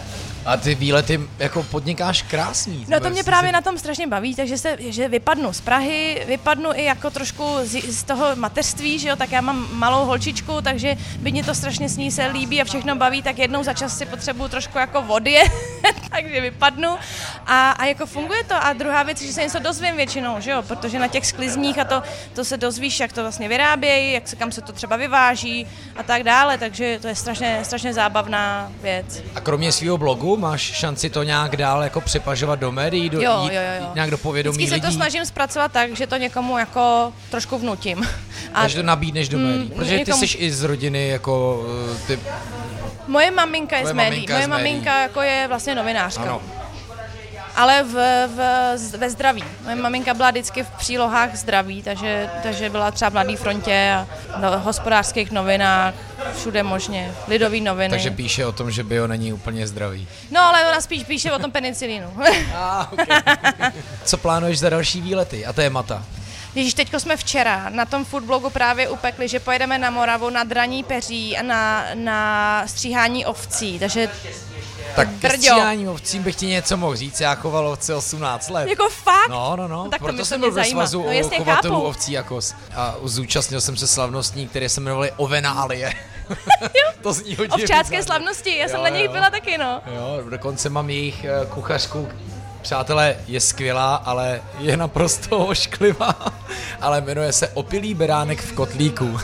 Speaker 1: A ty výlety jako podnikáš krásný.
Speaker 2: No to mě právě na tom strašně baví, takže se, že vypadnu z Prahy, vypadnu i jako trošku z, z toho mateřství, že jo, tak já mám malou holčičku, takže by mě to strašně s ní se líbí a všechno baví, tak jednou za čas si potřebuju trošku jako vody, takže vypadnu a, a jako funguje to. A druhá věc, že se něco dozvím většinou, že jo, protože na těch sklizních a to, to se dozvíš, jak to vlastně vyrábějí, jak se, kam se to třeba vyváží a tak dále, takže to je strašně, strašně zábavná věc.
Speaker 1: A kromě svého blogu máš šanci to nějak dál jako připažovat do médií, do,
Speaker 2: jo,
Speaker 1: jít,
Speaker 2: jo, jo.
Speaker 1: jít nějak do povědomí
Speaker 2: Vždycky
Speaker 1: lidí?
Speaker 2: se to snažím zpracovat tak, že to někomu jako trošku vnutím.
Speaker 1: A takže to nabídneš do médií, mm, protože někomu... ty jsi i z rodiny jako ty...
Speaker 2: Moje maminka je
Speaker 1: Moje
Speaker 2: z médií,
Speaker 1: maminka
Speaker 2: moje
Speaker 1: z médií.
Speaker 2: maminka jako je vlastně novinářka.
Speaker 1: Ano.
Speaker 2: Ale v, v, ve zdraví. Moje maminka byla vždycky v přílohách zdraví, takže, takže byla třeba v Mladé frontě a v hospodářských novinách, všude možně, lidový noviny.
Speaker 1: Takže píše o tom, že bio není úplně zdravý.
Speaker 2: No, ale ona spíš píše o tom penicilínu.
Speaker 1: ah, okay. Co plánuješ za další výlety a témata?
Speaker 2: Ježíš, teďko jsme včera na tom foodblogu právě upekli, že pojedeme na Moravu na draní peří a na, na stříhání ovcí, takže
Speaker 1: tak ke stříhání ovcím bych ti něco mohl říct, já choval ovce osmnáct let.
Speaker 2: Jako fakt?
Speaker 1: No, no, no,
Speaker 2: no tak
Speaker 1: proto jsem byl ve svazu
Speaker 2: no,
Speaker 1: chovatelů ovcí jako a zúčastnil jsem se slavnostní, které se jmenovaly Ovenálie. To zní hodně
Speaker 2: ovčácké
Speaker 1: bizarně.
Speaker 2: Slavnosti, já
Speaker 1: jo,
Speaker 2: jsem na nich
Speaker 1: jo.
Speaker 2: byla taky, no.
Speaker 1: Jo, dokonce mám jejich kuchařku, přátelé, je skvělá, ale je naprosto ošklivá, ale jmenuje se Opilý beránek v kotlíku.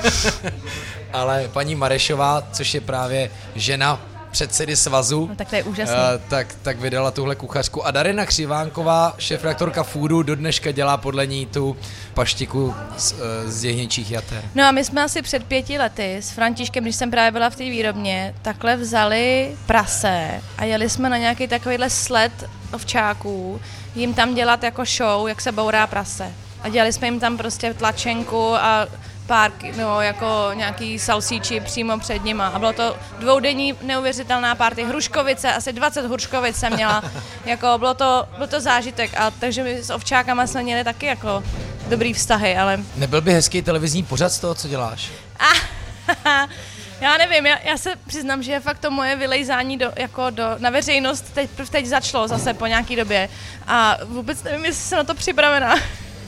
Speaker 1: Ale paní Marešová, což je právě žena předsedy svazu,
Speaker 2: no, tak to je úžasný.
Speaker 1: Uh, tak, tak vydala tuhle kuchařku. A Darina Křivánková, šéfredaktorka Foodu, do dneška dělá podle ní tu paštiku z, uh, z jehněčích jater.
Speaker 2: No a my jsme asi před pěti lety s Františkem, když jsem právě byla v té výrobně, takhle vzali prase a jeli jsme na nějaký takovýhle sled ovčáků, jim tam dělat jako show, jak se bourá prase. A dělali jsme jim tam prostě tlačenku a pár, no, jako nějaký salsíči přímo před nima. A bylo to dvoudenní neuvěřitelná party. Hruškovice, asi dvacet hruškovic jsem měla. Jako bylo to, byl to zážitek. A takže my s ovčákama jsme měli taky jako dobrý vztahy, ale...
Speaker 1: Nebyl by hezký televizní pořad z toho, co děláš?
Speaker 2: Ah, já nevím, já, já se přiznám, že fakt to moje vylejzání do, jako do, na veřejnost teď, teď začalo zase po nějaký době. A vůbec nevím, jestli jsem na to připravená.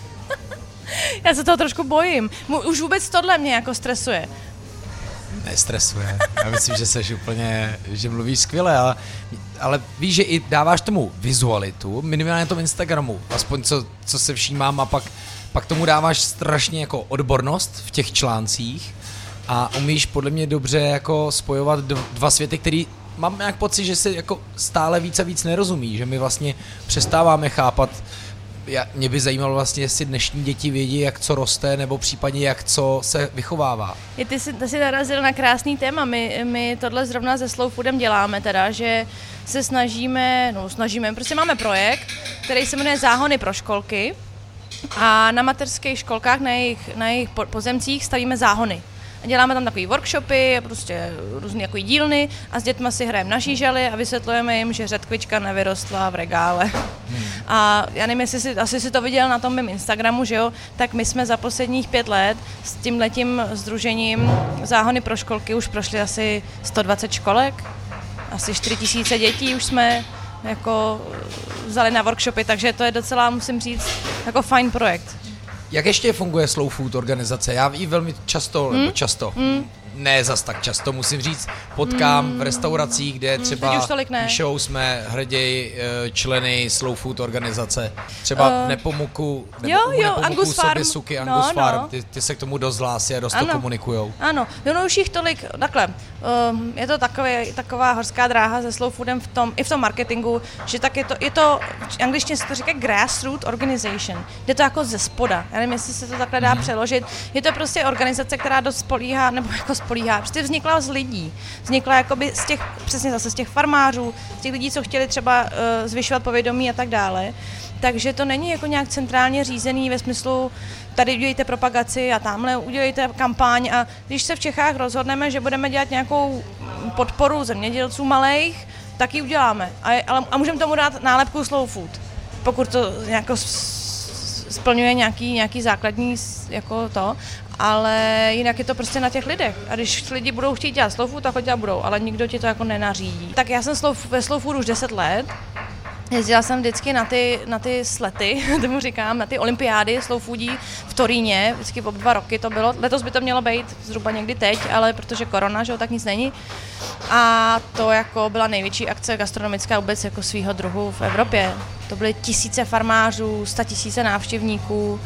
Speaker 2: Já se toho trošku bojím. Už vůbec tohle mě jako stresuje.
Speaker 1: Nestresuje. Já myslím, že seš úplně, že mluvíš skvěle, ale, ale víš, že i dáváš tomu vizualitu, minimálně na tom Instagramu, aspoň co, co se všímám, a pak, pak tomu dáváš strašně jako odbornost v těch článcích a umíš podle mě dobře jako spojovat dva světy, který mám nějak pocit, že se jako stále víc a víc nerozumí, že my vlastně přestáváme chápat. Já, mě by zajímalo vlastně, jestli dnešní děti vědí, jak co roste, nebo případně jak co se vychovává.
Speaker 2: Je, ty jsi, ty jsi narazil na krásný téma. My, my tohle zrovna se Slow Foodem děláme teda, že se snažíme, no snažíme, prostě máme projekt, který se jmenuje Záhony pro školky a na mateřských školkách, na jejich, na jejich pozemcích stavíme záhony. A děláme tam takový workshopy, prostě různý jako dílny a s dětma si hrajeme na žížaly a vysvětlujeme jim, že řetkvička nevyrostla v regále. Hmm. A já nevím, jestli si, asi si to viděl na tom mém Instagramu, že jo, tak my jsme za posledních pět let s tímhletím sdružením Záhony pro školky už prošli asi sto dvacet školek, asi čtyři tisíce dětí už jsme jako vzali na workshopy, takže to je docela, musím říct, jako fajn projekt.
Speaker 1: Jak ještě funguje Slow Food organizace? Já ji velmi často, mm. nebo často, mm. ne zas tak často, musím říct, potkám mm. v restauracích, kde třeba píšou, jsme hrdí členy Slow Food organizace. Třeba uh, Nepomuku, nebo
Speaker 2: jo, jo,
Speaker 1: Nepomuku
Speaker 2: Angus Farm.
Speaker 1: Sobisuky, Angus
Speaker 2: no,
Speaker 1: Farm,
Speaker 2: no.
Speaker 1: ty, ty se k tomu dost hlásí a dost
Speaker 2: ano.
Speaker 1: to komunikujou.
Speaker 2: Ano, no už jich tolik, takhle, um, je to takové, taková horská dráha se Slow Foodem v tom, i v tom marketingu, že tak je to, je to, angličtině se to říká grassroots organization, jde to jako ze spoda, já nevím, jestli se to takhle dá mm. přeložit, je to prostě organizace, která dost spolíhá, nebo jako spolíhá, prostě vznikla z lidí, vznikla jakoby z těch, přesně zase z těch farmářů, z těch lidí, co chtěli třeba uh, zvyšovat povědomí a tak dále, takže to není jako nějak centrálně řízený ve smyslu, tady udělejte propagaci a tamhle udělejte kampaň a když se v Čechách rozhodneme, že budeme dělat nějakou podporu zemědělců malých, tak ji uděláme. A, ale, a můžeme tomu dát nálepku Slow Food, pokud to nějak splňuje nějaký, nějaký základní jako to, ale jinak je to prostě na těch lidech. A když lidi budou chtít dělat slow food, tak ho dělat budou, ale nikdo ti to jako nenařídí. Tak já jsem slow, ve slow foodu už deset let. Jezdila jsem vždycky na ty, na ty slety, tomu říkám, na ty olympiády slow foodí v Toríně, vždycky po dva roky to bylo. Letos by to mělo být zhruba někdy teď, ale protože korona, že jo, tak nic není. A to jako byla největší akce gastronomická vůbec jako svýho druhu v Evropě. To byly tisíce farmářů, sta tisíce návštěvníků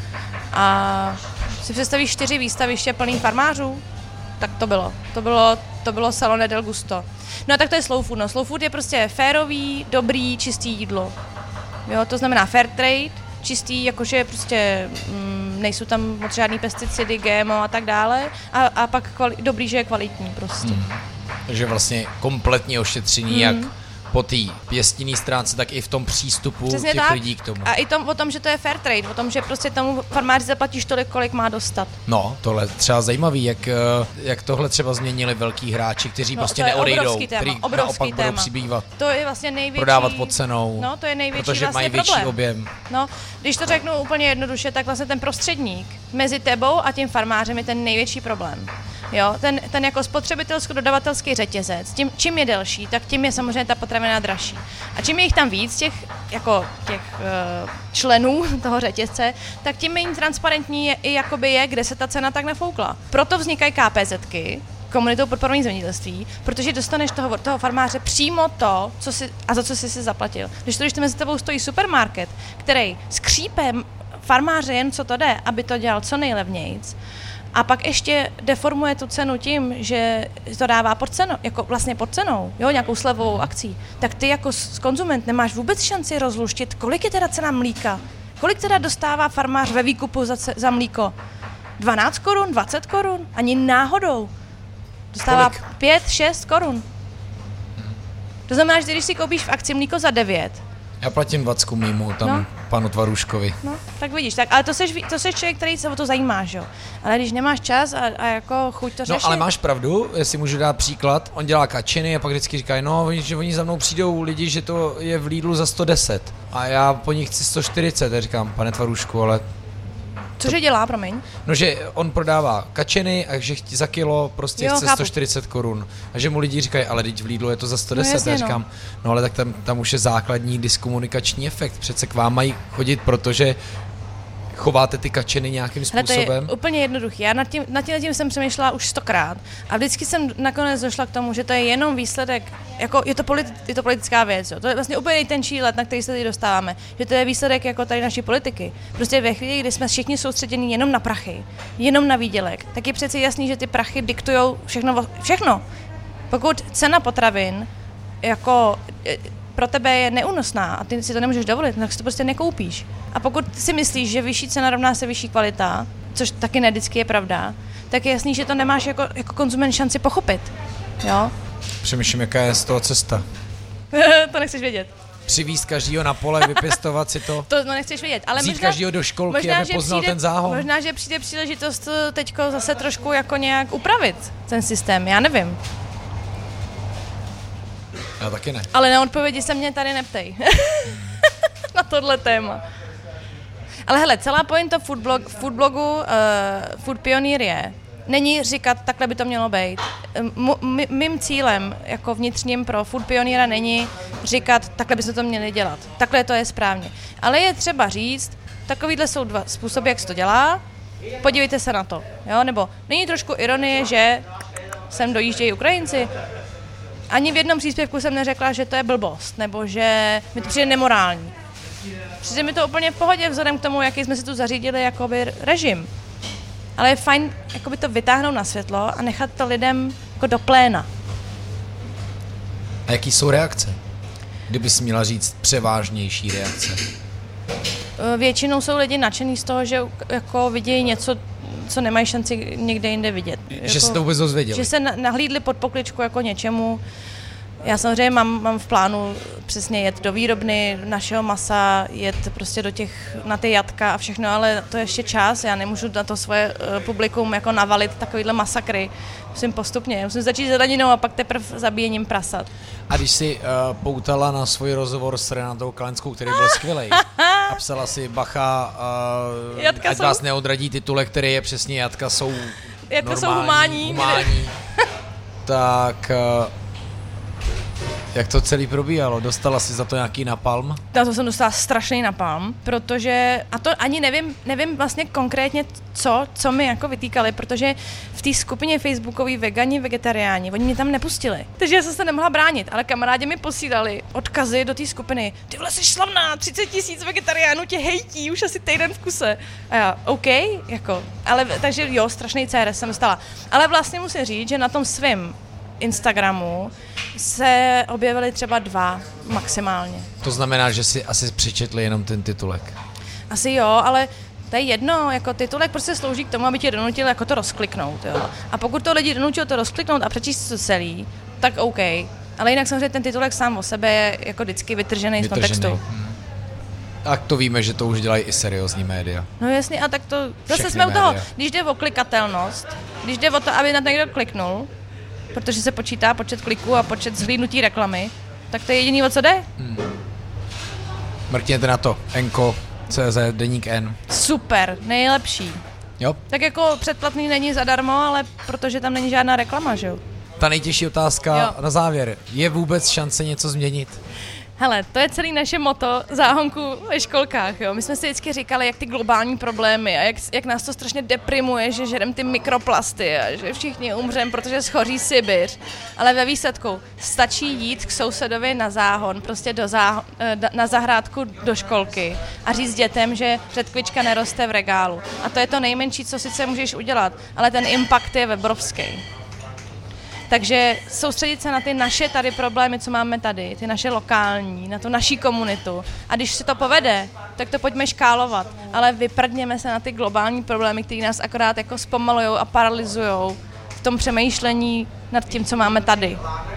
Speaker 2: a si představíš čtyři výstaviště plný farmářů? Tak to bylo. To bylo, to bylo Salone del Gusto. No a tak to je slow food. No, slow food je prostě férový, dobrý, čistý jídlo. Jo, to znamená fair trade, čistý, jakože prostě mm, nejsou tam moc žádný pesticidy, G M O a tak dále. A, a pak kvali- dobrý, že je kvalitní prostě. Hmm.
Speaker 1: Takže vlastně kompletně ošetřený, hmm. jak po té pěstinné stránce, tak i v tom přístupu
Speaker 2: Přesně
Speaker 1: těch
Speaker 2: tak.
Speaker 1: lidí k tomu.
Speaker 2: A i tom, o tom, že to je fair trade, o tom, že prostě tomu farmáři zaplatíš tolik, kolik má dostat.
Speaker 1: No, tohle třeba zajímavý, jak, jak tohle třeba změnili velký hráči, kteří
Speaker 2: no,
Speaker 1: prostě neodejdou,
Speaker 2: téma,
Speaker 1: který naopak
Speaker 2: téma.
Speaker 1: budou přibývat.
Speaker 2: To je vlastně největší.
Speaker 1: Prodávat pod cenou,
Speaker 2: no, to je největší
Speaker 1: protože
Speaker 2: vlastně
Speaker 1: mají větší
Speaker 2: problém.
Speaker 1: objem.
Speaker 2: No, když to řeknu úplně jednoduše, tak vlastně ten prostředník mezi tebou a tím farmářem je ten největší problém. Jo, ten, ten jako spotřebitelsko-dodavatelský řetězec, tím, čím je delší, tak tím je samozřejmě ta potravina dražší. A čím je jich tam víc, těch, jako, těch uh, členů toho řetězce, tak tím méně transparentní je, i jakoby je, kde se ta cena tak nefoukla. Proto vznikají K P Zetky, komunitou podporovaných zemědělství, protože dostaneš toho, toho farmáře přímo to, co si, a za co jsi si zaplatil. Když to, když mezi tebou stojí supermarket, který skřípe farmáře jen co to jde, aby to dělal co nejlevnějc, a pak ještě deformuje tu cenu tím, že to dává pod cenou, jako vlastně pod cenou, jo, nějakou slevovou akcí, tak ty jako konzument nemáš vůbec šanci rozluštit, kolik je teda cena mlíka, kolik teda dostává farmář ve výkupu za, za mlíko. dvanáct korun, dvacet korun, ani náhodou. Dostává kolik? pět, šest korun. To znamená, že když si koupíš v akci mlíko za devět,
Speaker 1: já platím dvacku mýmu tam no. panu Tvaruškovi.
Speaker 2: No, tak vidíš, tak, ale to seš, to seš člověk, který se o to zajímá, že jo. Ale když nemáš čas a, a jako chuť to řešit.
Speaker 1: No, ale máš pravdu, jestli můžu dát příklad, on dělá kačiny a pak vždycky říkají, no, že oni za mnou přijdou lidi, že to je v Lidlu za sto deset a já po nich chci sto čtyřicet, a říkám, pane Tvarušku, ale...
Speaker 2: Cože to... dělá, promiň?
Speaker 1: No, že on prodává kačeny a že za kilo prostě jo, chce chápu. sto čtyřicet korun. A že mu lidi říkají, ale teď v Lidlu je to za sto deset. No, jasně, a říkám, no. no ale tak tam, tam už je základní diskomunikační efekt. Přece k vám mají chodit, protože chováte ty kačeny nějakým způsobem.
Speaker 2: Hele, to je úplně jednoduchý. Já nad tím, nad tím, nad tím jsem přemýšlela už stokrát. A vždycky jsem nakonec došla k tomu, že to je jenom výsledek, jako je to, politi- je to politická věc. Jo. To je vlastně úplně nejtenčí let, na který se tady dostáváme. Že to je výsledek jako tady naší politiky. Prostě ve chvíli, kdy jsme všichni soustředěni jenom na prachy, jenom na výdělek, tak je přece jasný, že ty prachy diktujou všechno. všechno. Pokud cena potravin jako pro tebe je neúnosná a ty si to nemůžeš dovolit, tak si to prostě nekoupíš. A pokud si myslíš, že vyšší cena rovná se vyšší kvalita, což taky ne vždycky je pravda, tak je jasný, že to nemáš jako, jako konzument šanci pochopit. Jo?
Speaker 1: Přemýšlím, jaká je z toho cesta.
Speaker 2: To nechceš vědět.
Speaker 1: Přivízt každýho na pole, vypěstovat si to.
Speaker 2: To no, nechceš vědět, ale
Speaker 1: vzít
Speaker 2: možná,
Speaker 1: každýho do školky,
Speaker 2: možná,
Speaker 1: aby poznal
Speaker 2: přijde,
Speaker 1: ten záhon.
Speaker 2: Možná, že přijde příležitost teďko zase trošku jako nějak upravit ten systém, já nevím.
Speaker 1: Já taky ne.
Speaker 2: Ale na odpovědi se mě tady neptej. Na tohle téma. Ale hele, celá pointa foodblog, foodblogu uh, Food Pioneer je, není říkat, takhle by to mělo být. M- mým cílem jako vnitřním pro Food Pioneera není říkat, takhle by se to měli dělat. Takhle to je správně. Ale je třeba říct, takovýhle jsou dva způsoby, jak se to dělá, podívejte se na to. Jo? Nebo není trošku ironie, že sem dojíždějí Ukrajinci. Ani v jednom příspěvku jsem neřekla, že to je blbost, nebo že mi to přijde nemorální. Přijde mi to úplně v pohodě vzhledem k tomu, jaký jsme si tu zařídili jakoby režim. Ale je fajn jakoby to vytáhnout na světlo a nechat to lidem jako do pléna.
Speaker 1: A jaký jsou reakce? Kdybys měla říct převážnější reakce?
Speaker 2: Většinou jsou lidi nadšený z toho, že jako vidějí něco, co nemají šanci někde jinde vidět.
Speaker 1: Že
Speaker 2: jako,
Speaker 1: se to vůbec dozvěděli.
Speaker 2: Že se nahlídli pod pokličku jako něčemu. Já samozřejmě mám, mám v plánu přesně jet do výrobny našeho masa, jet prostě do těch, na ty jatka a všechno, ale to je ještě čas, já nemůžu na to svoje uh, publikum jako navalit takovýhle masakry. Musím postupně, musím začít zeleninou a pak teprve zabíjením prasat.
Speaker 1: A když jsi uh, poutala na svůj rozhovor s Renatou Kalenskou, který byl skvělej, A psala si bacha, uh, ať
Speaker 2: jsou...
Speaker 1: vás neodradí titulek, který je přesně jatka jsou
Speaker 2: Jatka
Speaker 1: normální,
Speaker 2: jsou humání.
Speaker 1: humání. Tak uh, jak to celý probíhalo? Dostala si za to nějaký napalm?
Speaker 2: Na to jsem dostala strašný napalm, protože, a to ani nevím, nevím vlastně konkrétně co, co mi jako vytýkali, protože v té skupině facebookový vegani, vegetariáni, oni mě tam nepustili. Takže já jsem se nemohla bránit, ale kamarádi mi posílali odkazy do té skupiny. Ty vole, jsi slavná, třicet tisíc vegetariánů tě hejtí, už asi týden v kuse. A já, OK, jako, ale, takže jo, strašný C R S jsem dostala. Ale vlastně musím říct, že na tom svým Instagramu se objevily třeba dva maximálně.
Speaker 1: To znamená, že si asi přečetli jenom ten titulek.
Speaker 2: Asi jo, ale to je jedno, jako titulek prostě slouží k tomu, aby tě donutil jako to rozkliknout, jo. A pokud to lidi donutil to rozkliknout a přečíst to celý, tak OK. Ale jinak samozřejmě ten titulek sám o sebe je jako vždycky vytržený, vytržený. z kontextu. Hmm.
Speaker 1: Tak to víme, že to už dělají i seriózní média.
Speaker 2: No jasně, a tak to, zase
Speaker 1: Všechny
Speaker 2: jsme
Speaker 1: média.
Speaker 2: u toho, když jde o klikatelnost, když jde o to, aby na to někdo kliknul, protože se počítá počet kliků a počet zhlídnutí reklamy, tak to je jediný, o co jde. Hmm.
Speaker 1: Mrkněte na to, enko tečka cé zet, Deník N.
Speaker 2: Super, nejlepší.
Speaker 1: Jo.
Speaker 2: Tak jako předplatný není zadarmo, ale protože tam není žádná reklama, že jo?
Speaker 1: Ta nejtěžší otázka
Speaker 2: jo.
Speaker 1: na závěr. Je vůbec šance něco změnit?
Speaker 2: Hele, to je celý naše motto záhonku ve školkách, jo. My jsme si vždycky říkali, jak ty globální problémy a jak, jak nás to strašně deprimuje, že žerem ty mikroplasty a že všichni umřem, protože schoří Sibiř. Ale ve výsledku stačí jít k sousedovi na záhon, prostě do záhon, na zahrádku do školky a říct dětem, že řetkvička neroste v regálu. A to je to nejmenší, co sice můžeš udělat, ale ten impact je obrovský. Takže soustředit se na ty naše tady problémy, co máme tady, ty naše lokální, na tu naší komunitu. A když se to povede, tak to pojďme škálovat. Ale vyprdněme se na ty globální problémy, které nás akorát jako zpomalujou a paralyzujou v tom přemýšlení nad tím, co máme tady.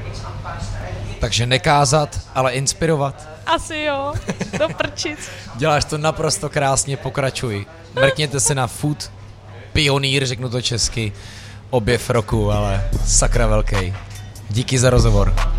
Speaker 1: Takže nekázat, ale inspirovat.
Speaker 2: Asi jo, do prčic.
Speaker 1: Děláš to naprosto krásně, pokračuj. Mrkněte se na Food Pionýr, řeknu to česky. Objev roku, ale sakra velký. Díky za rozhovor.